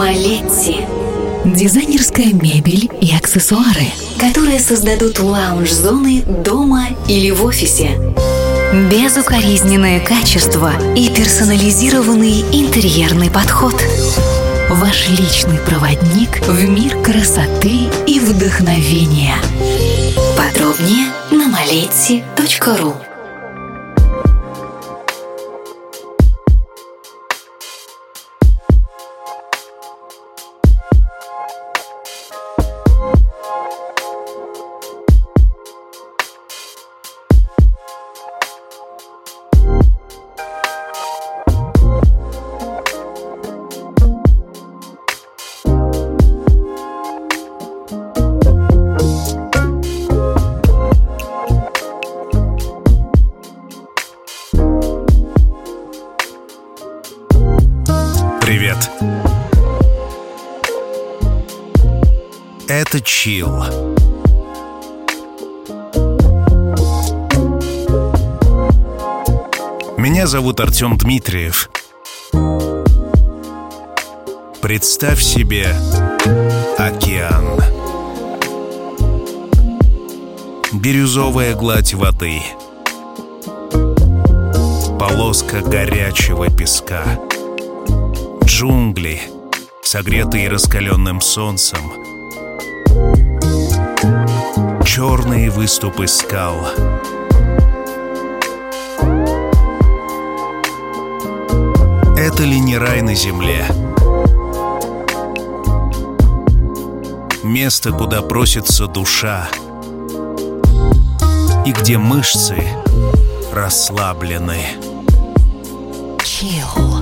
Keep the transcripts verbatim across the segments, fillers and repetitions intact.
Малетти. Дизайнерская мебель и аксессуары, которые создадут лаунж-зоны дома или в офисе. Безукоризненное качество и персонализированный интерьерный подход. Ваш личный проводник в мир красоты и вдохновения. Подробнее на малетти точка ру. Привет. Это Chill. Меня зовут Артем Дмитриев. Представь себе океан. Бирюзовая гладь воды. Полоска горячего песка. Джунгли, согретые раскаленным солнцем. Черные выступы скал. Это ли не рай на земле? Место, куда просится душа и где мышцы расслаблены. Chill.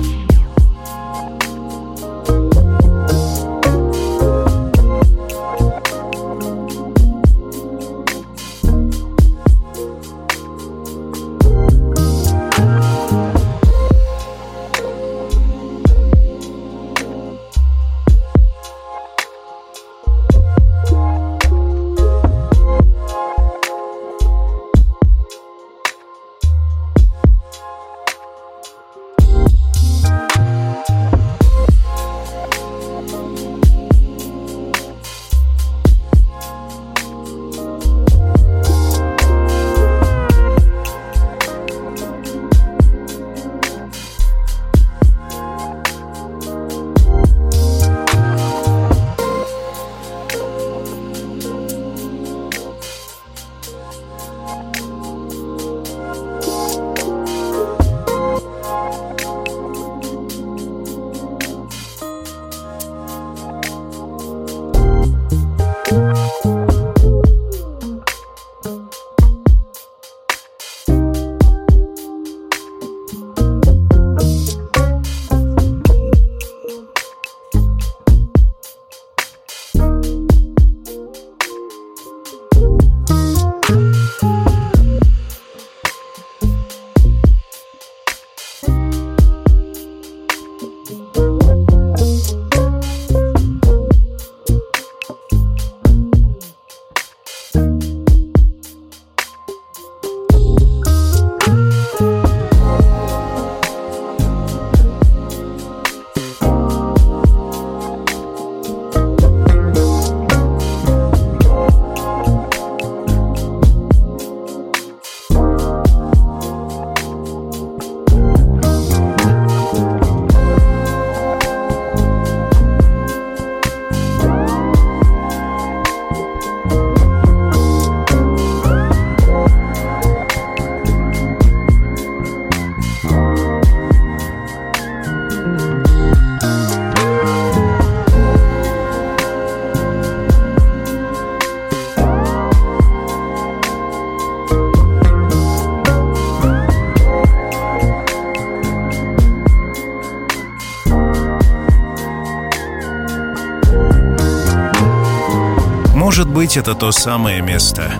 Может быть, это то самое место.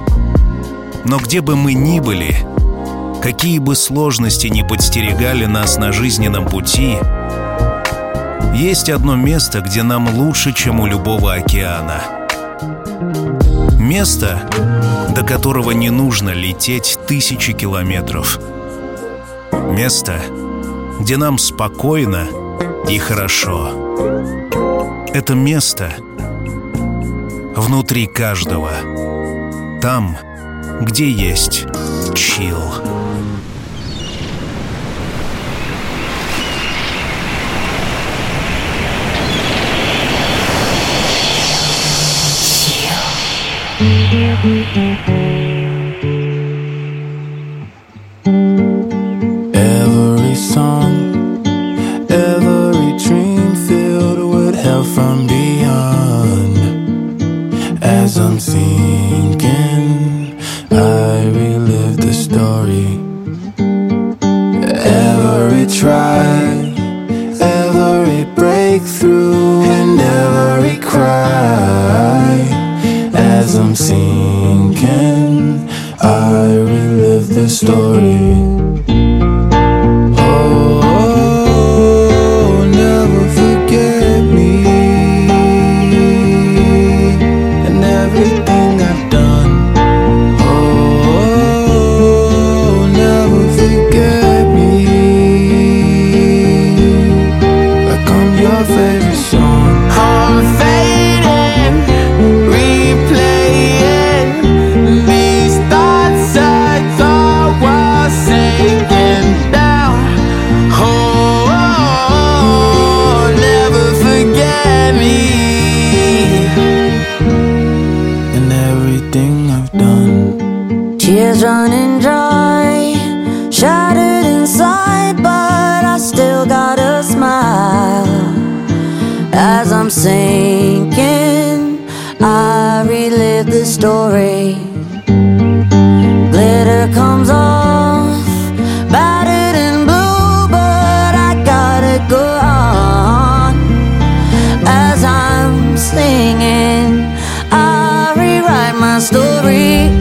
Но где бы мы ни были, какие бы сложности ни подстерегали нас на жизненном пути, есть одно место, где нам лучше, чем у любого океана. Место, до которого не нужно лететь тысячи километров. Место, где нам спокойно и хорошо. Это место внутри каждого. Там, где есть чилл. Every song, every dream filled with help from beyond. As I'm sinking, I relive the story. Every try, every breakthrough, and every cry. As I'm sinking, I relive the story. Sinking, I relive the story. Glitter comes off, battered and blue, but I gotta go on. As I'm singing, I rewrite my story.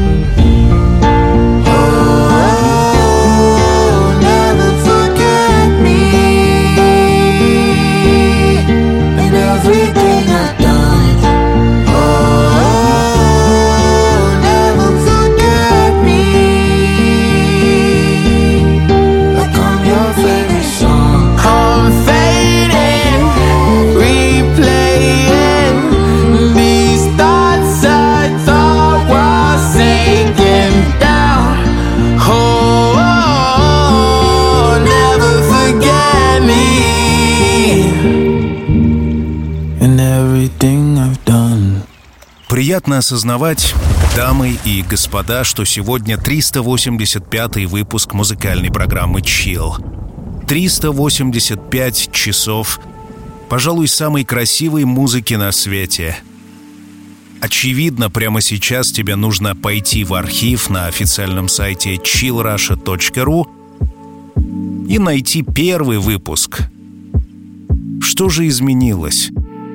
Приятно осознавать, дамы и господа, что сегодня триста восемьдесят пятый выпуск музыкальной программы «Чилл». триста восемьдесят пять часов, пожалуй, самой красивой музыки на свете. Очевидно, прямо сейчас тебе нужно пойти в архив на официальном сайте чилл раша точка ру и найти первый выпуск. Что же изменилось?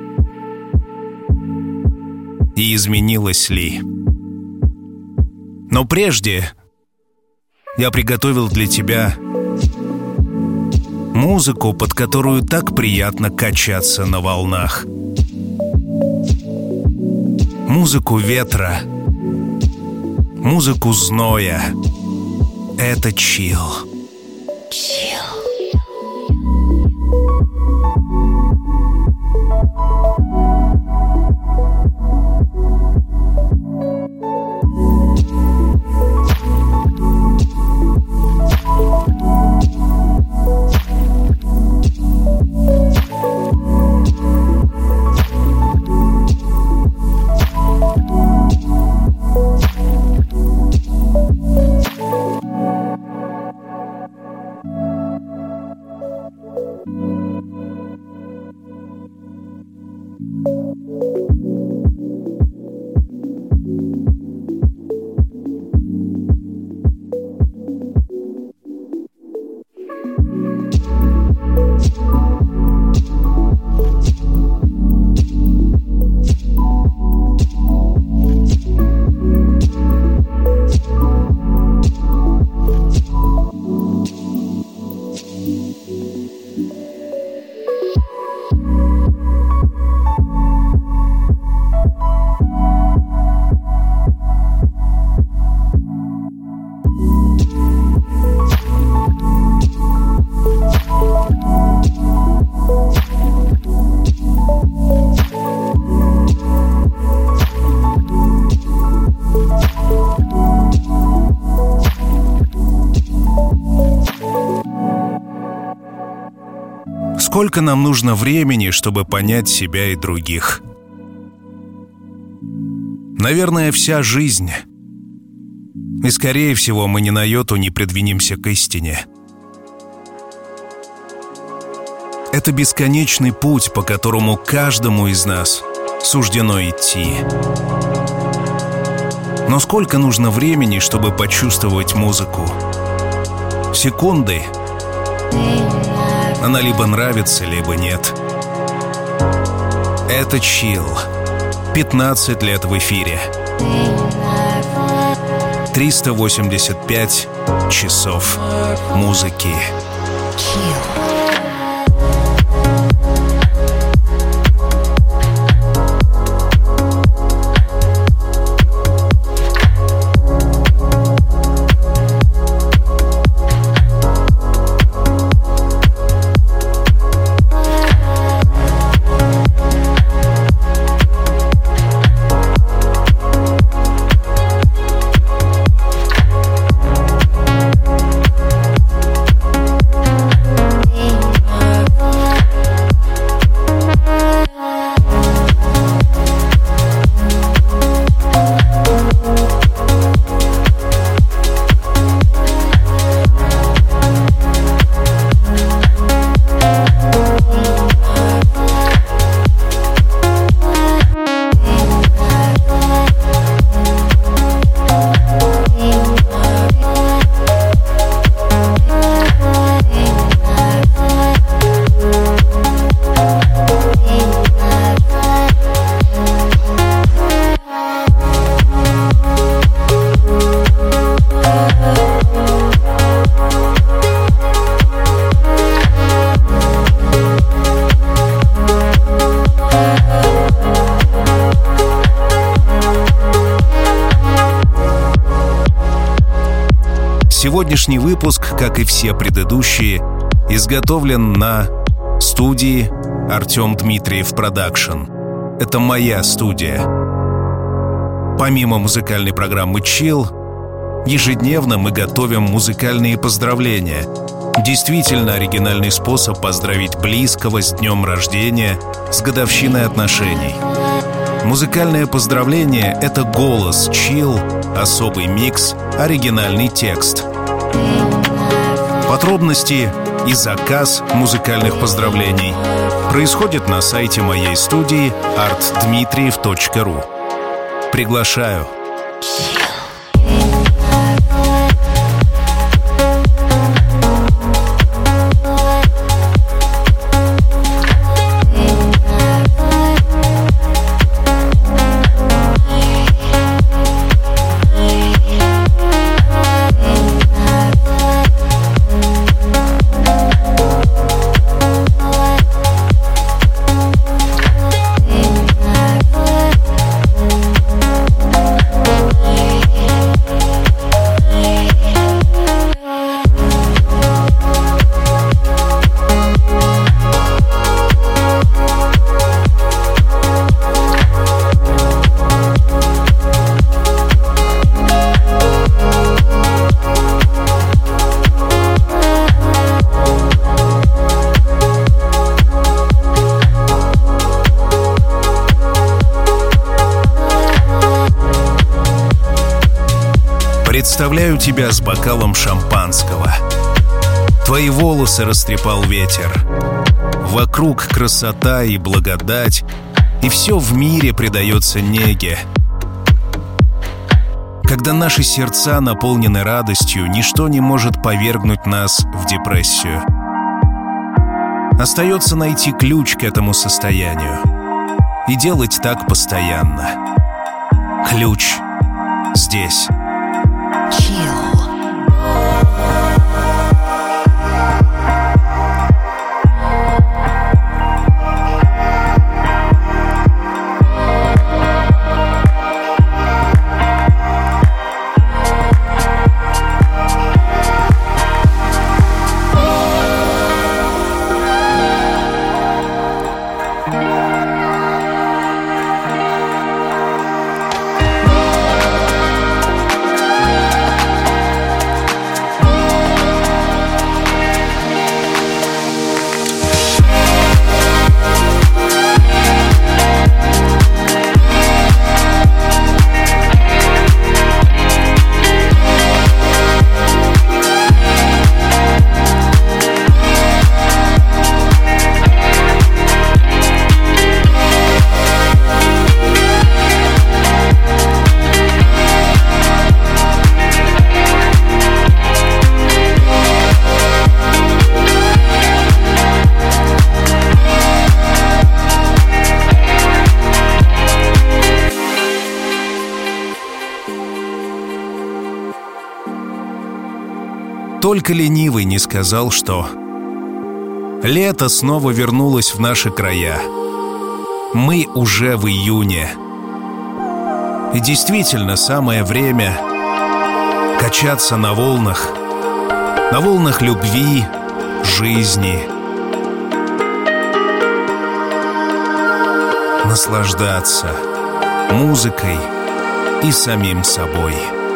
И изменилось ли? Но прежде я приготовил для тебя музыку, под которую так приятно качаться на волнах. Музыку ветра, музыку зноя. Это чилл. Чилл. Сколько нам нужно времени, чтобы понять себя и других? Наверное, вся жизнь. И, скорее всего, мы ни на йоту не придвинемся к истине. Это бесконечный путь, по которому каждому из нас суждено идти. Но сколько нужно времени, чтобы почувствовать музыку? Секунды. Она либо нравится, либо нет. Это Chill. пятнадцать лет в эфире. триста восемьдесят пять часов музыки. Chill. Сегодняшний выпуск, как и все предыдущие, изготовлен на студии Артем Дмитриев Продакшн. Это моя студия. Помимо музыкальной программы Chill, ежедневно мы готовим музыкальные поздравления. Действительно оригинальный способ поздравить близкого с днем рождения, с годовщиной отношений. Музыкальное поздравление — это голос Chill, особый микс, оригинальный текст. Подробности и заказ музыкальных поздравлений происходит на сайте моей студии арт дмитриев точка ру. Приглашаю. Представляю тебя с бокалом шампанского. Твои волосы растрепал ветер. Вокруг красота и благодать, и все в мире предается неге. Когда наши сердца наполнены радостью, ничто не может повергнуть нас в депрессию. Остается найти ключ к этому состоянию и делать так постоянно. Ключ здесь. Chill. Только ленивый не сказал, что лето снова вернулось в наши края. Мы уже в июне. И действительно самое время качаться на волнах, на волнах любви, жизни. Наслаждаться музыкой и самим собой.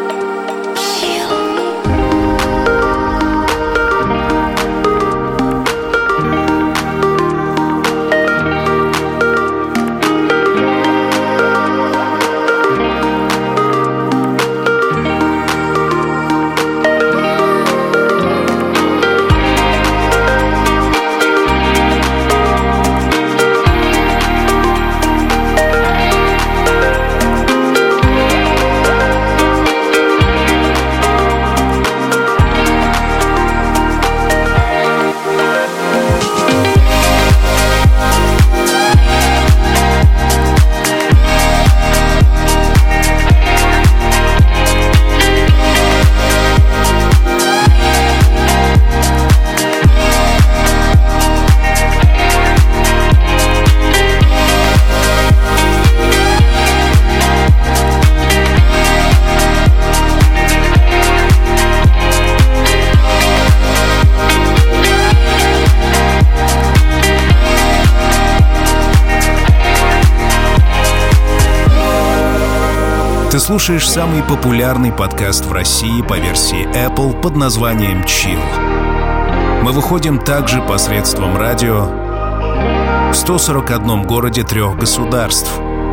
Ты слушаешь самый популярный подкаст в России по версии Apple под названием Chill. Мы выходим также посредством радио в ста сорока одном городе трех государств.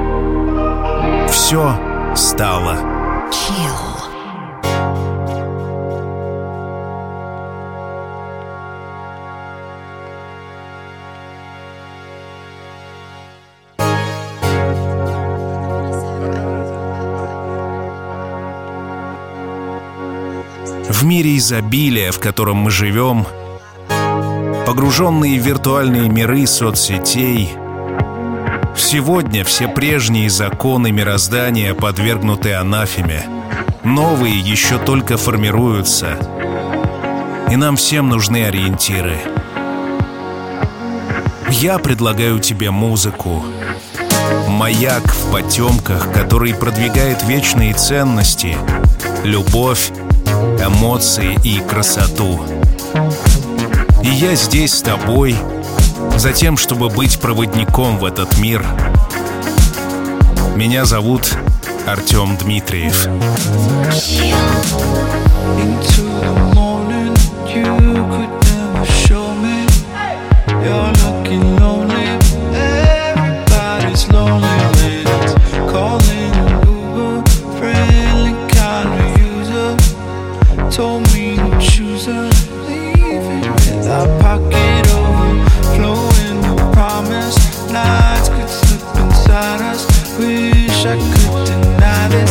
Все стало Chill. В мире изобилия, в котором мы живем, погруженные в виртуальные миры соцсетей, сегодня все прежние законы мироздания подвергнуты анафеме. Новые еще только формируются, и нам всем нужны ориентиры. Я предлагаю тебе музыку. Маяк в потемках, который продвигает вечные ценности, любовь, эмоции и красоту. И я здесь с тобой, за тем, чтобы быть проводником в этот мир. Меня зовут Артем Дмитриев. Told me to choose her, leaving with our pocket overflowing. No promise, nights could slip inside us. Wish I could deny this.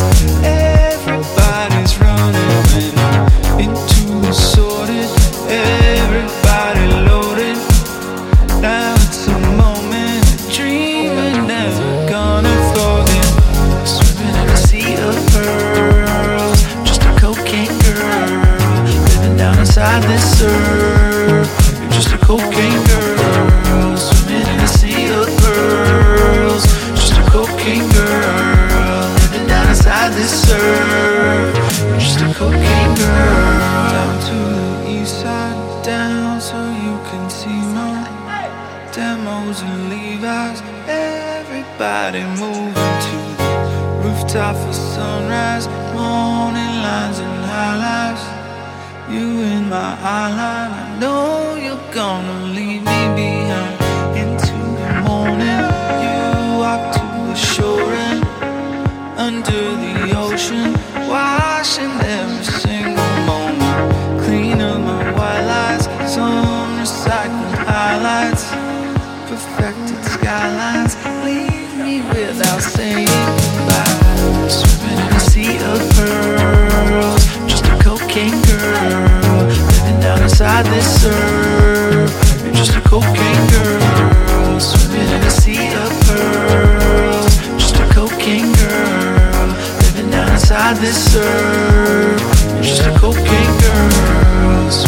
Everybody's running into a sorted. Everybody loaded. Now it's a moment, a dream we're never gonna forget. Swimming in a sea of pearls, just a cocaine girl. Inside this surf, you're just a cocaine girl, swimming in a sea of pearls. Just a cocaine girl, living down inside this surf. You're just a cocaine girl. Down to the east side, down so you can see my demos and Levi's. Everybody moving to the rooftop for sunrise, morning lines and highlights. You in my eyeline, I know you're gonna leave me behind. Into the morning, you walk to the shore and under the ocean, washing every single moment. Clean up my white lights, some recycled highlights, perfected skylines. Leave me without saying goodbye. Swimming in a sea of pearls, just a cocaine girl, living down inside this surf. You're just a cocaine girl, swimming in a sea of pearls. Just a cocaine girl, living down inside this surf. You're just a cocaine girl.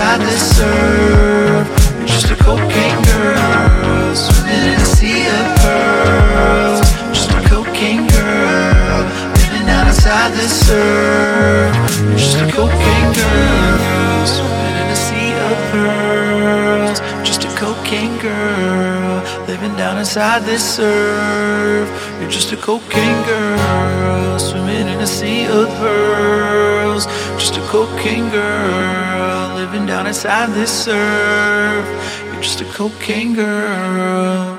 inside this surf. You're just a cocaine girl, swimming in a sea of pearls. Just a cocaine girl, living down inside this surf. You're just a cocaine girl, swimming in a sea of pearls. Just a cocaine girl, living down inside this surf. You're just a cocaine girl, swimming in a sea of pearls. Just a cocaine girl, living down inside this surf. You're just a cocaine girl.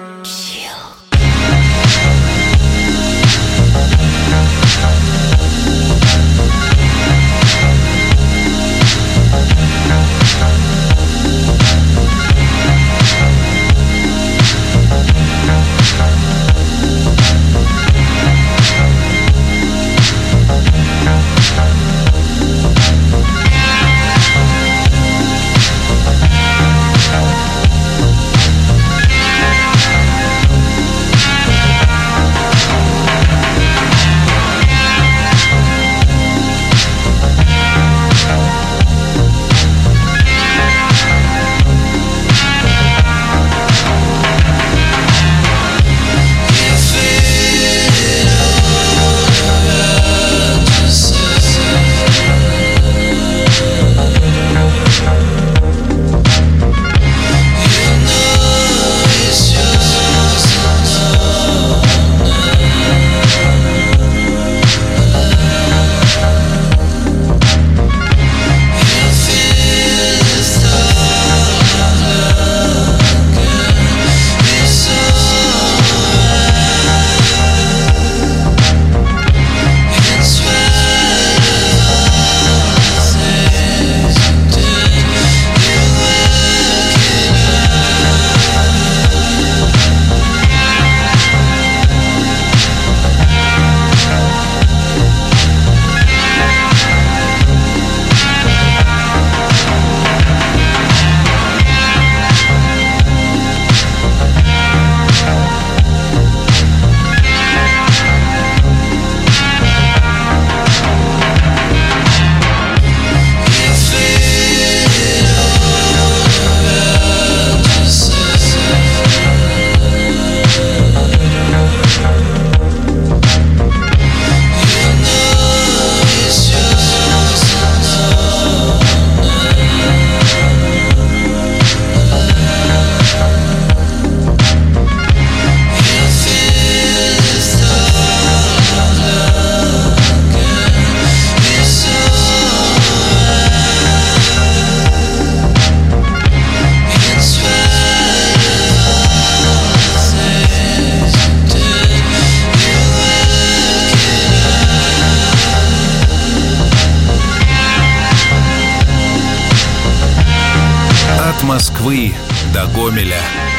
Москвы до Гомеля,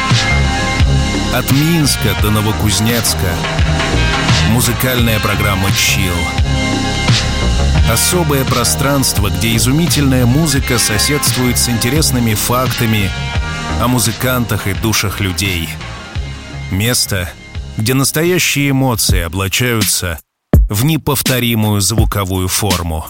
от Минска до Новокузнецка. Музыкальная программа «Чилл». Особое пространство, где изумительная музыка соседствует с интересными фактами о музыкантах и душах людей. Место, где настоящие эмоции облачаются в неповторимую звуковую форму.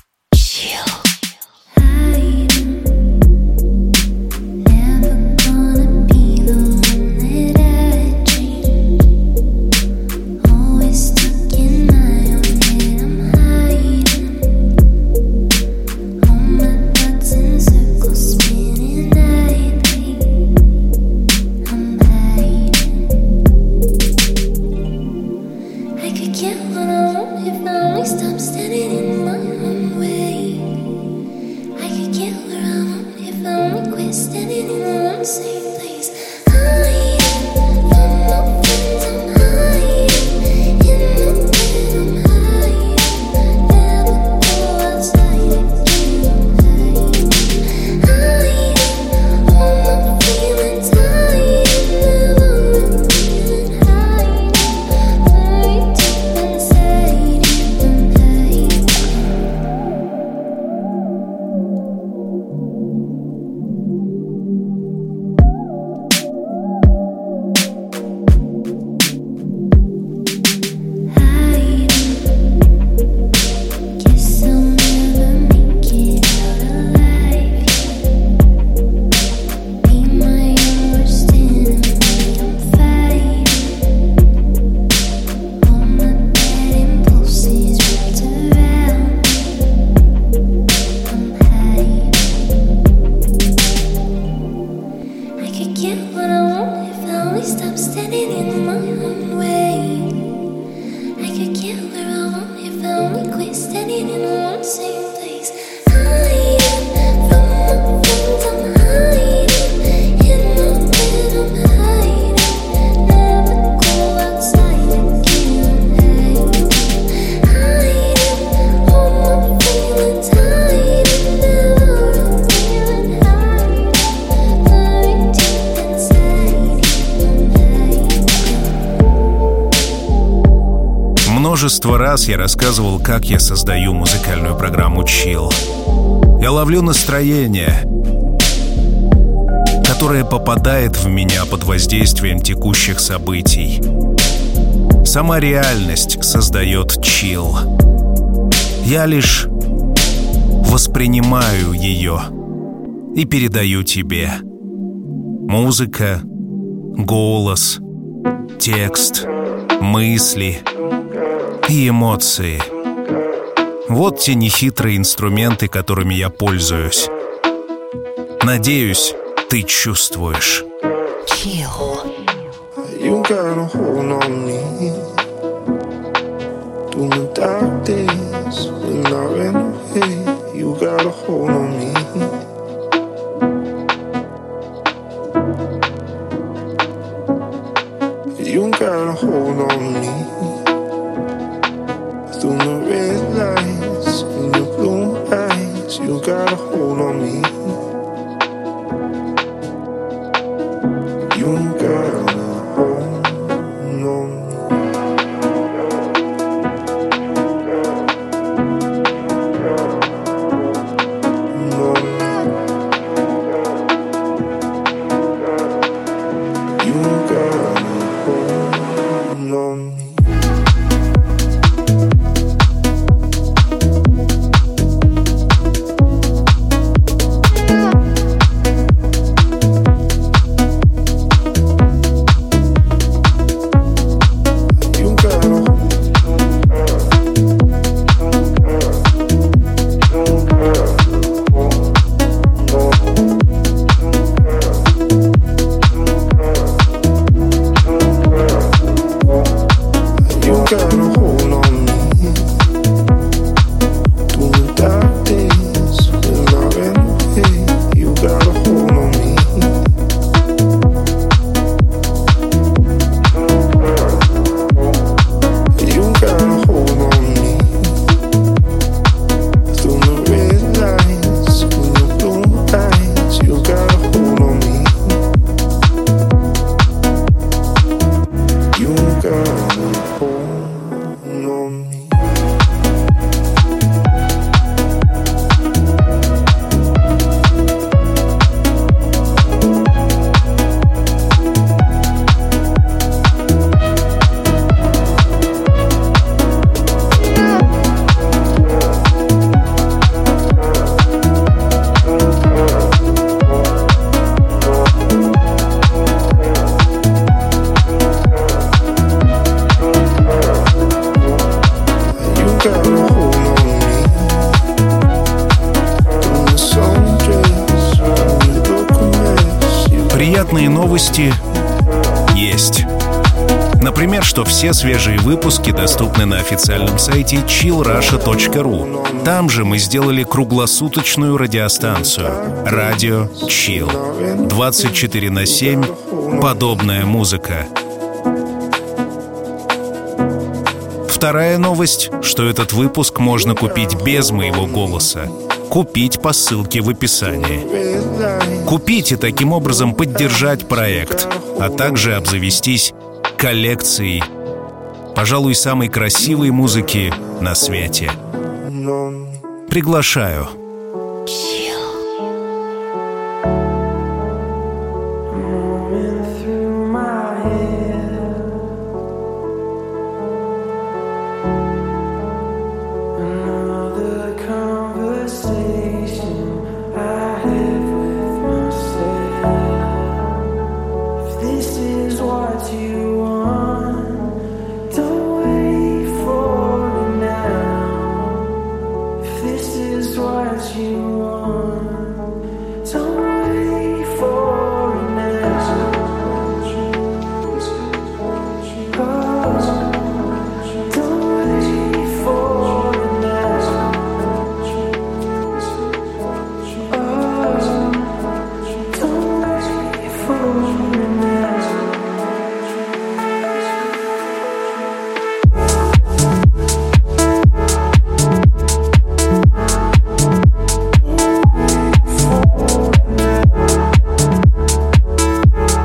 Множество раз я рассказывал, как я создаю музыкальную программу Chill. Я ловлю настроение, которое попадает в меня под воздействием текущих событий. Сама реальность создает Chill. Я лишь воспринимаю ее и передаю тебе. Музыка, голос, текст, мысли и эмоции. Вот те нехитрые инструменты, которыми я пользуюсь. Надеюсь, ты чувствуешь. Chill. You got a hold on me through the dark days when I ran away. You got a hold on me. You got a hold on me through the red lights and the blue eyes. You got a hold on me. You got a hold on me. Приятные новости есть. Например, что все свежие выпуски доступны на официальном сайте чилл раша точка ру. Там же мы сделали круглосуточную радиостанцию «Радио Chill». двадцать четыре на семь подобная музыка. Вторая новость, что этот выпуск можно купить без моего голоса. Купить по ссылке в описании. Купить и таким образом поддержать проект, а также обзавестись коллекцией, пожалуй, самой красивой музыки на свете. Приглашаю.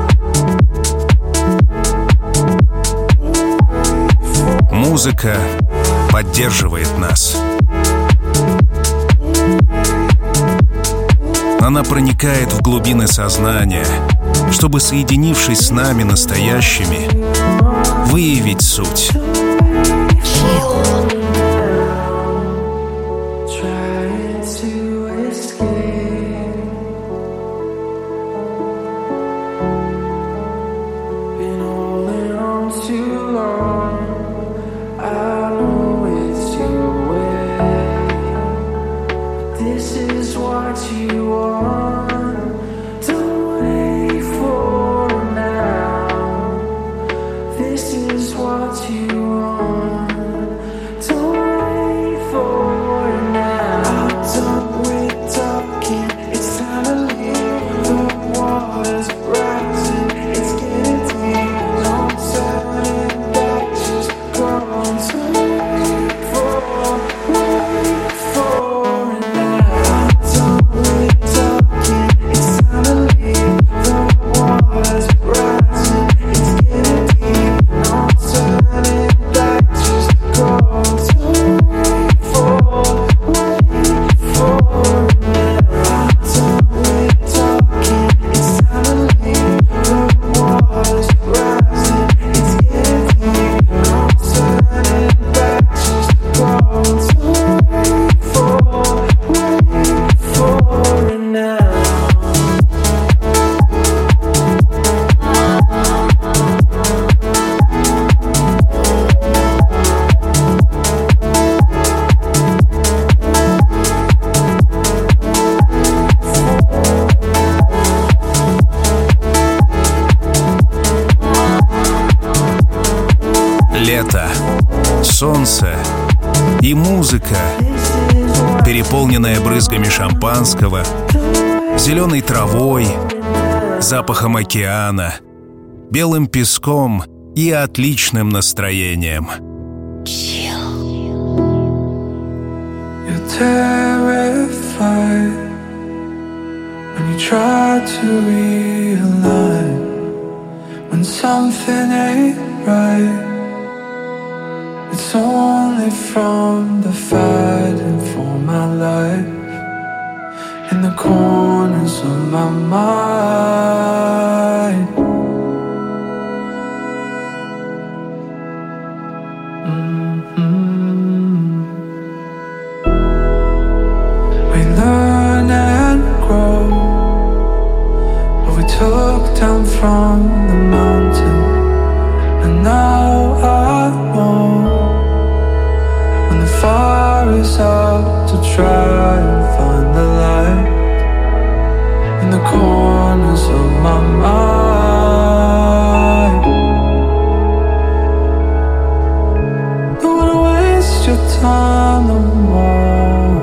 Музыка поддерживает нас. Она проникает в глубины сознания, чтобы, соединившись с нами настоящими, выявить суть. Солнце и музыка, переполненная брызгами шампанского, зеленой травой, запахом океана, белым песком и отличным настроением. It's only from the fighting for my life in the corners of my mind. Mm-hmm. We learn and grow what we took down from the mountain, and now I know fire is out to try and find the light in the corners of my mind. Don't wanna waste your time no more.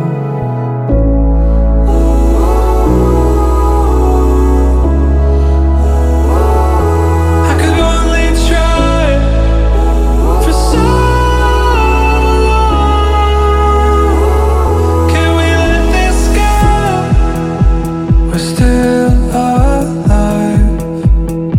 I could only try for some. We're still alive.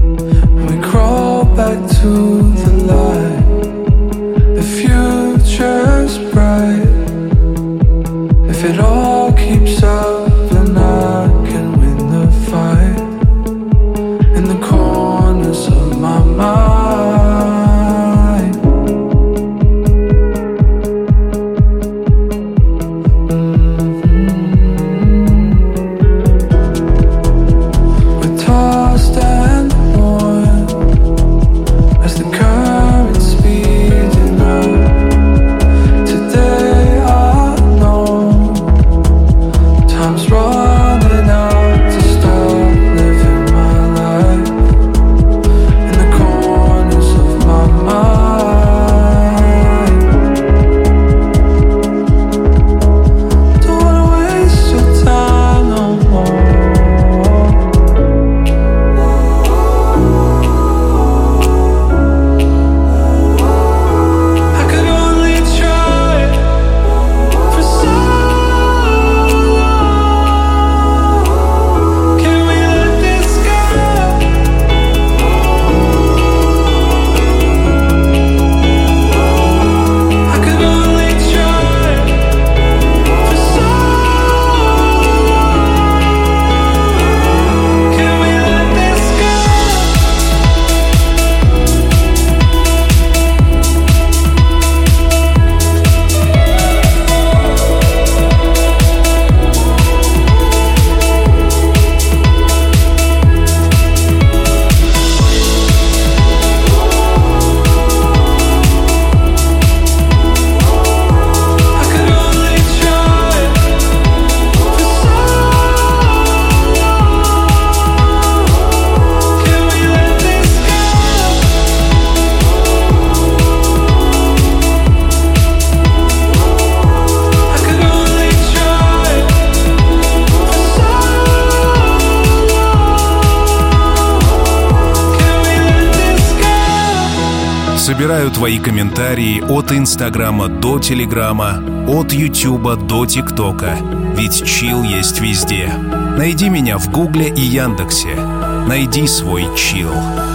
Собираю твои комментарии от Инстаграма до Телеграма, от Ютуба до ТикТока. Ведь чил есть везде. Найди меня в Гугле и Яндексе. Найди свой чил.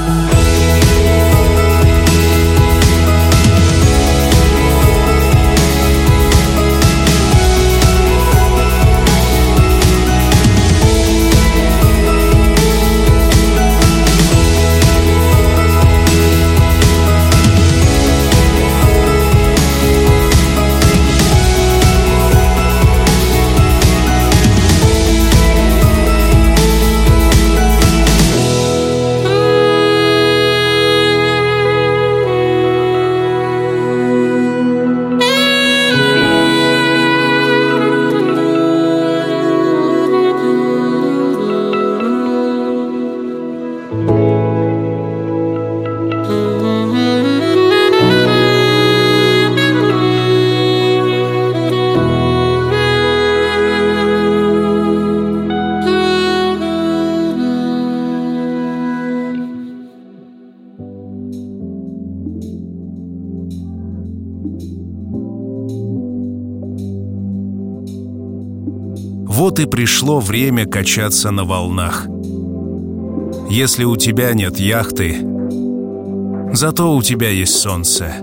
Вот и пришло время качаться на волнах. Если у тебя нет яхты, зато у тебя есть солнце.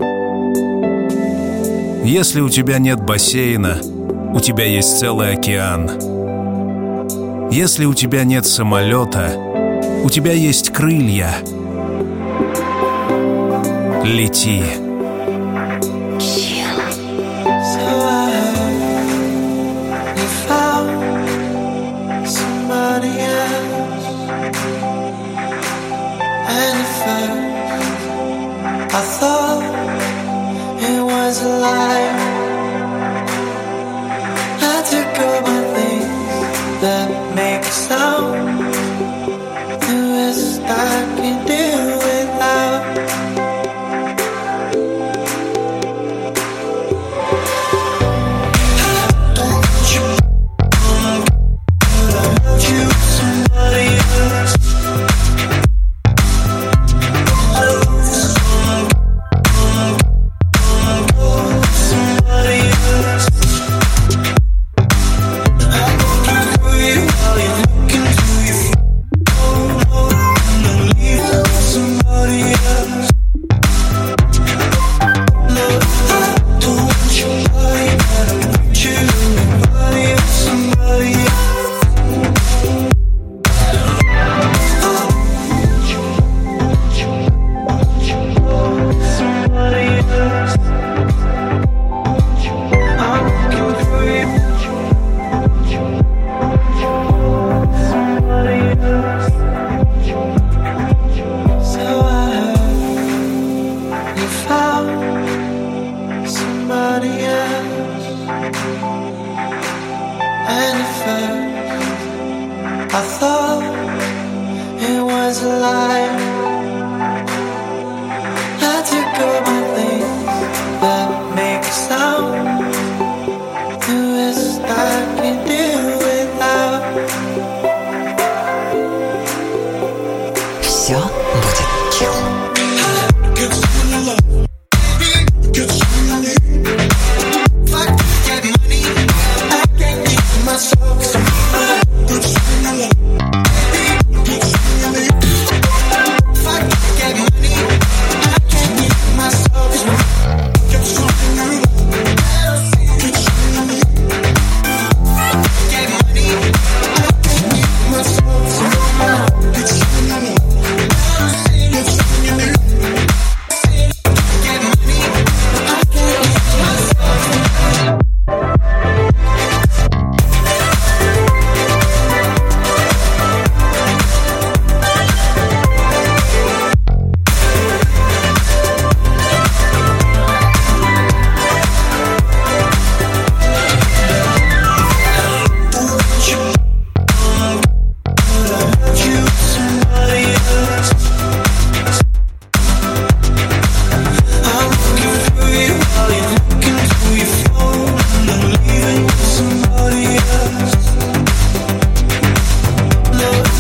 Если у тебя нет бассейна, у тебя есть целый океан. Если у тебя нет самолета, у тебя есть крылья. Лети. I thought it was a lie. I took all my things that make a sound. The rest I can do without. Don't you want to you somebody else?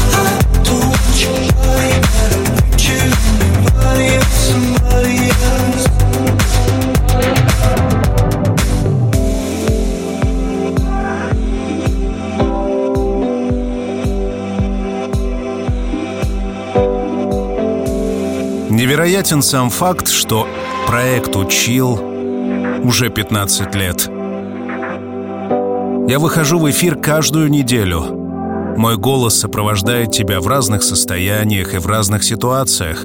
Somebody else. Невероятен сам факт, что проекту Chill уже пятнадцать лет. Я выхожу в эфир каждую неделю. Мой голос сопровождает тебя в разных состояниях и в разных ситуациях.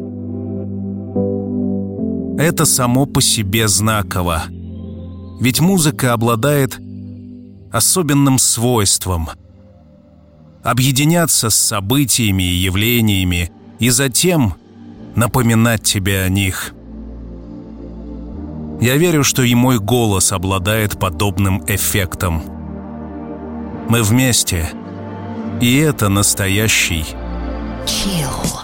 Это само по себе знаково. Ведь музыка обладает особенным свойством объединяться с событиями и явлениями и затем напоминать тебе о них. Я верю, что и мой голос обладает подобным эффектом. Мы вместе, и это настоящий Chill.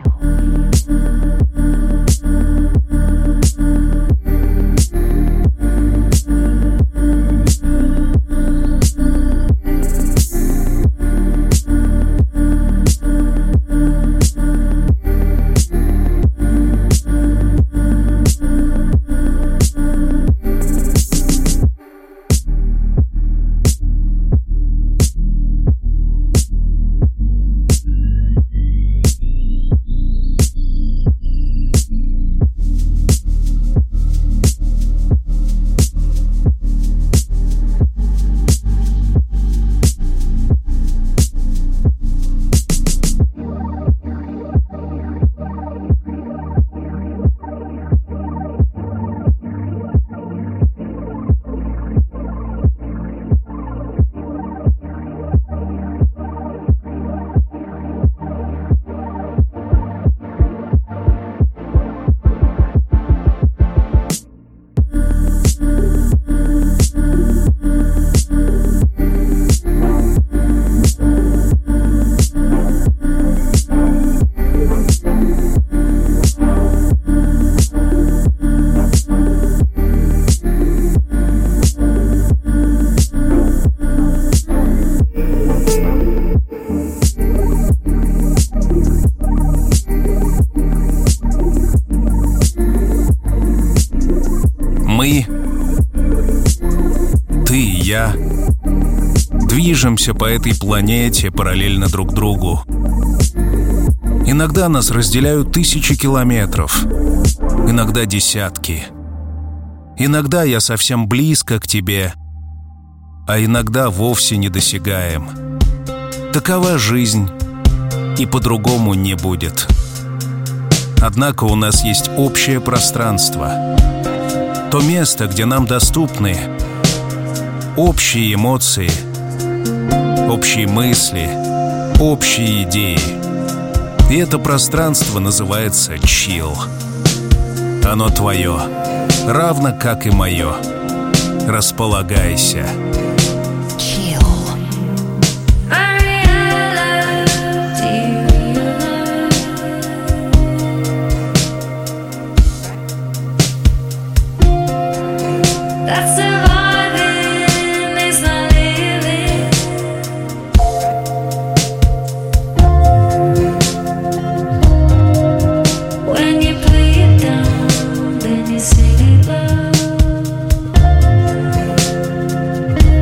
Движемся по этой планете параллельно друг другу. Иногда нас разделяют тысячи километров, иногда десятки. Иногда я совсем близко к тебе, а иногда вовсе недосягаем. Такова жизнь, и по-другому не будет. Однако у нас есть общее пространство. То место, где нам доступны общие эмоции, общие мысли, общие идеи. И это пространство называется Chill. Оно твое, равно как и мое. Располагайся. Then you sing it low.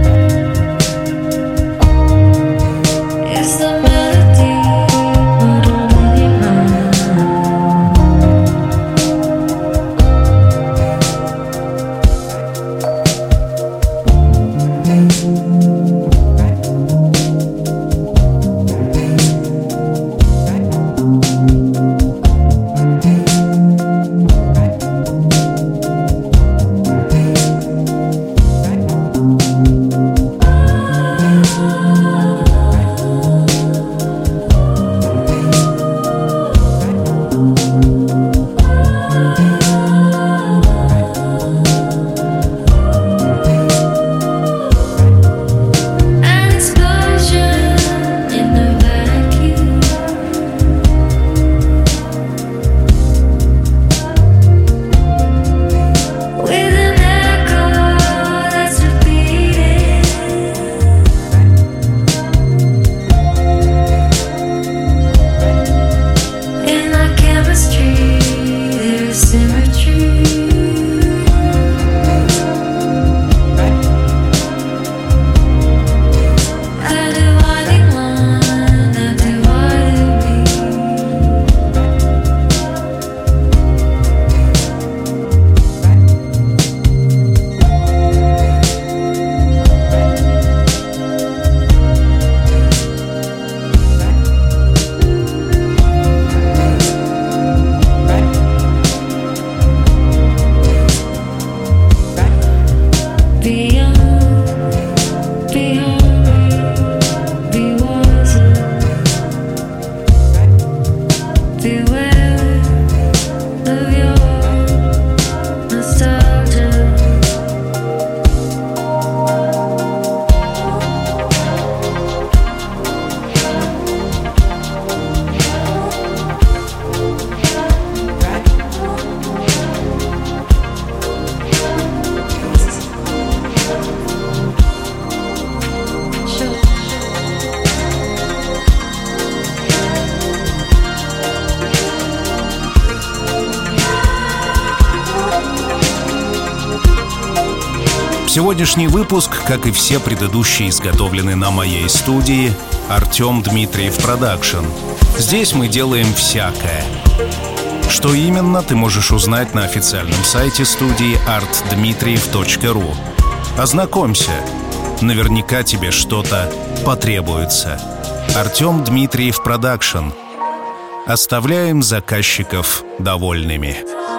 Сегодняшний выпуск, как и все предыдущие, изготовлены на моей студии Артем Дмитриев Продакшн. Здесь мы делаем всякое. Что именно, ты можешь узнать на официальном сайте студии арт дмитриев точка ру. Ознакомься. Наверняка тебе что-то потребуется. Артем Дмитриев Продакшн. Оставляем заказчиков довольными.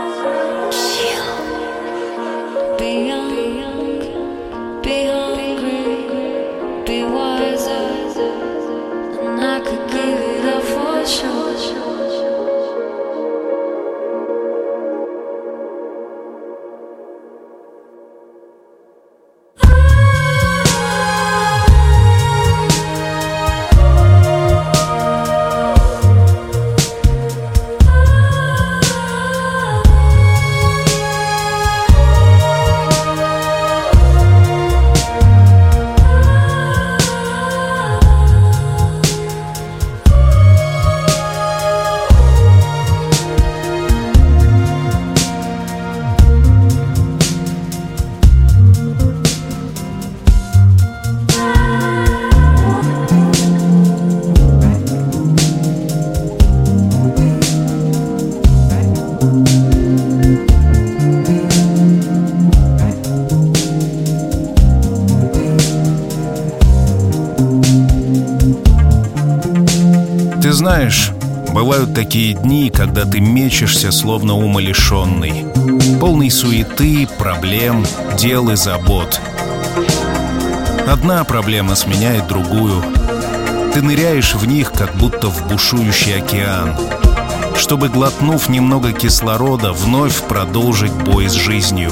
Знаешь, бывают такие дни, когда ты мечешься, словно умалишенный, полный суеты, проблем, дел и забот. Одна проблема сменяет другую. Ты ныряешь в них, как будто в бушующий океан, чтобы, глотнув немного кислорода, вновь продолжить бой с жизнью.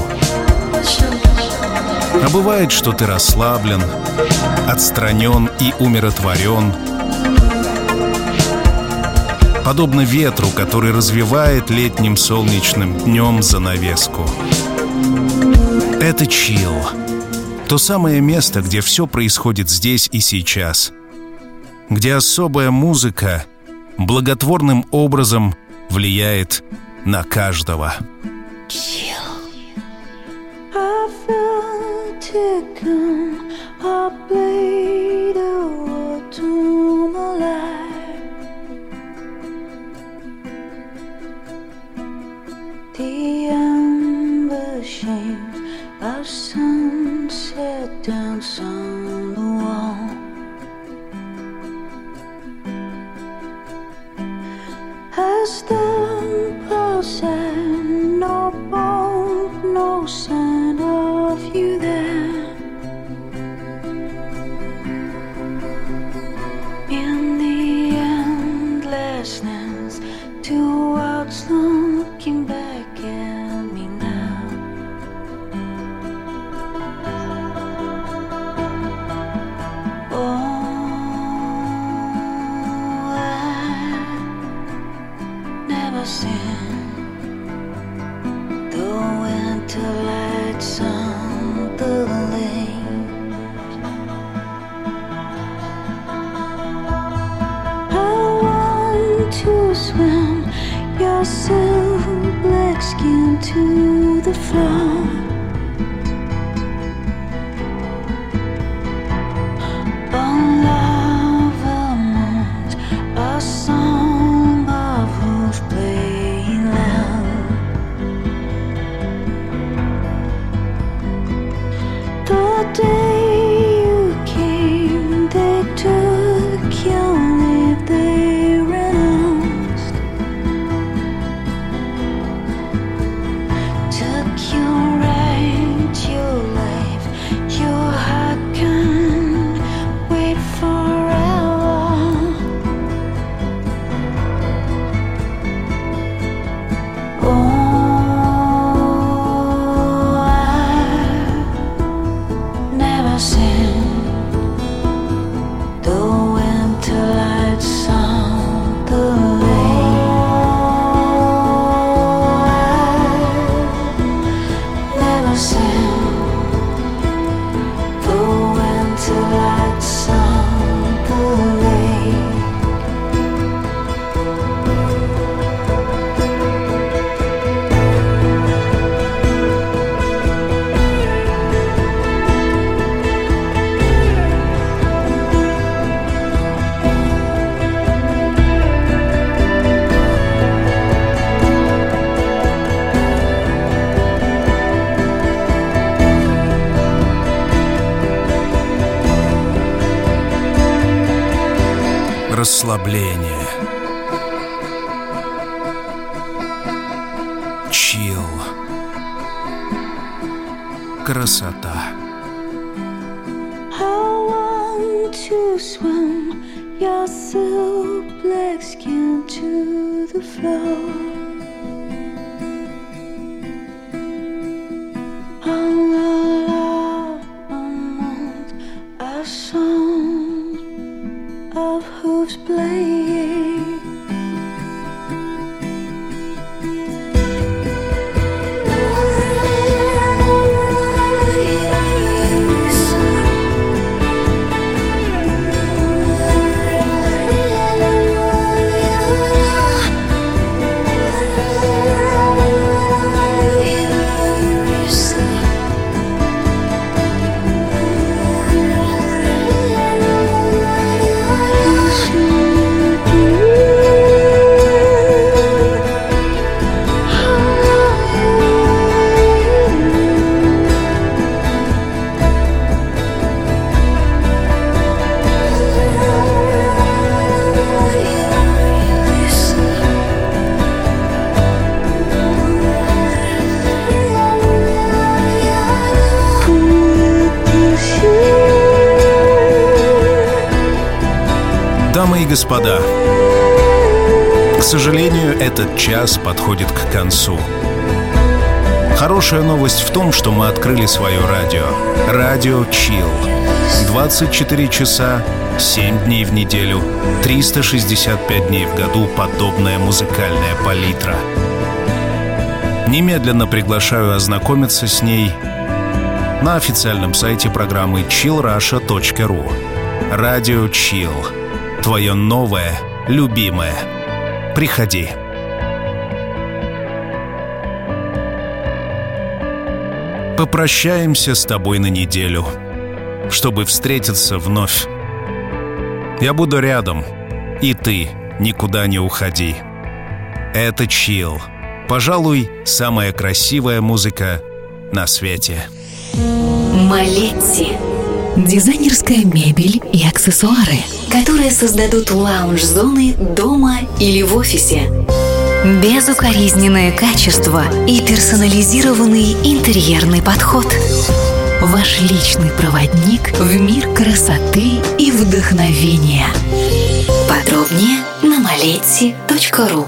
А бывает, что ты расслаблен, отстранен и умиротворен, подобно ветру, который развивает летним солнечным днем занавеску. Это чилл. То самое место, где все происходит здесь и сейчас. Где особая музыка благотворным образом влияет на каждого. The amber shades of sunset dance on the wall. As the pulse and no bone, no sign of you there. In the endlessness, two worlds looking back. Swim yourself black skin to the floor. On lava moons, a song of who's playing loud. The day you came, they took your leave, they ran out. Took your right. Расслабление. Чил. Красота. I want to swim your silk black skin to the floor. All alone amongst a sound of hooves playing. Дамы и господа, к сожалению, этот час подходит к концу. Хорошая новость в том, что мы открыли свое радио. Радио Чил. двадцать четыре часа, семь дней в неделю, триста шестьдесят пять дней в году подобная музыкальная палитра. Немедленно приглашаю ознакомиться с ней на официальном сайте программы чил раша точка ру. Радио Чил. Твое новое, любимое. Приходи. Попрощаемся с тобой на неделю, чтобы встретиться вновь. Я буду рядом, и ты никуда не уходи. Это Чил. Пожалуй, самая красивая музыка на свете. Малетти. Дизайнерская мебель и аксессуары, Которые создадут лаунж-зоны дома или в офисе. безукоризненное качество и персонализированный интерьерный подход. Ваш личный проводник в мир красоты и вдохновения. Подробнее на малетти точка ру.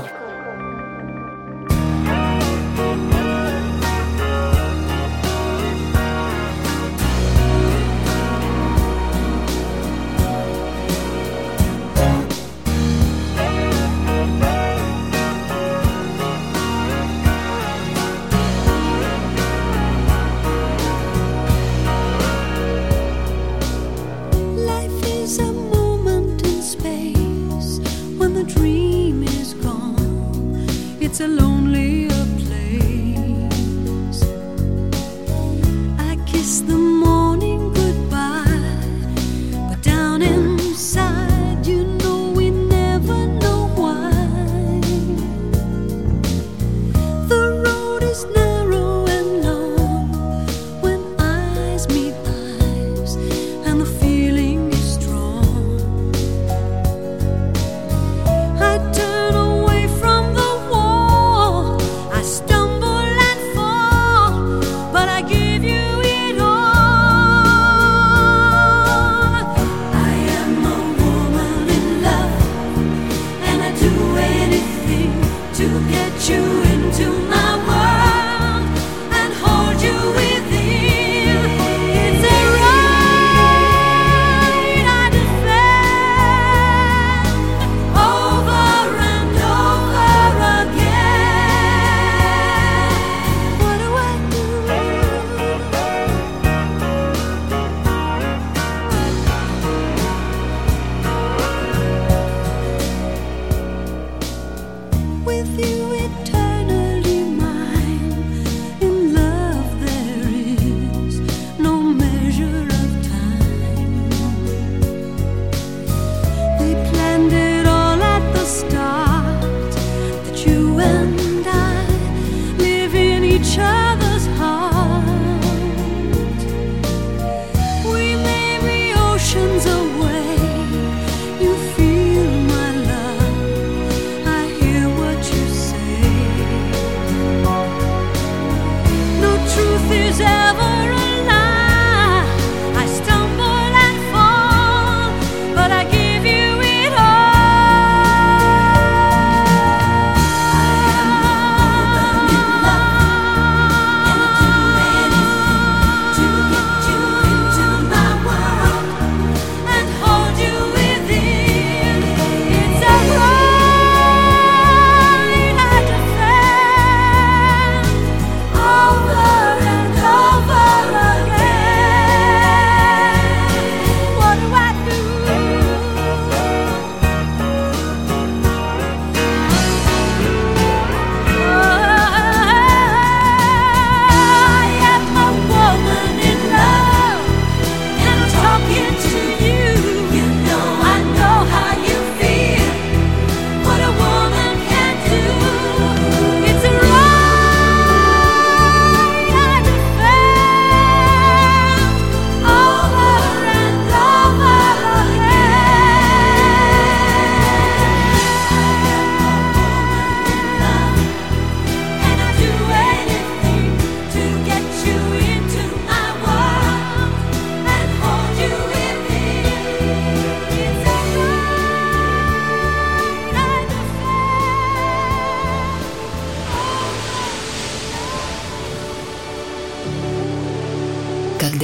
I turn away from the wall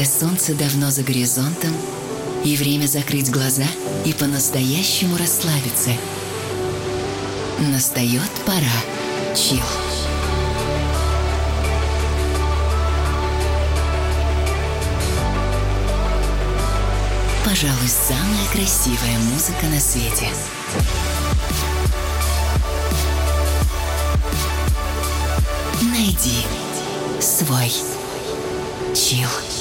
когда солнце давно за горизонтом, и время закрыть глаза и по-настоящему расслабиться. Настает пора чилл. Пожалуй, самая красивая музыка на свете. Найди свой чилл.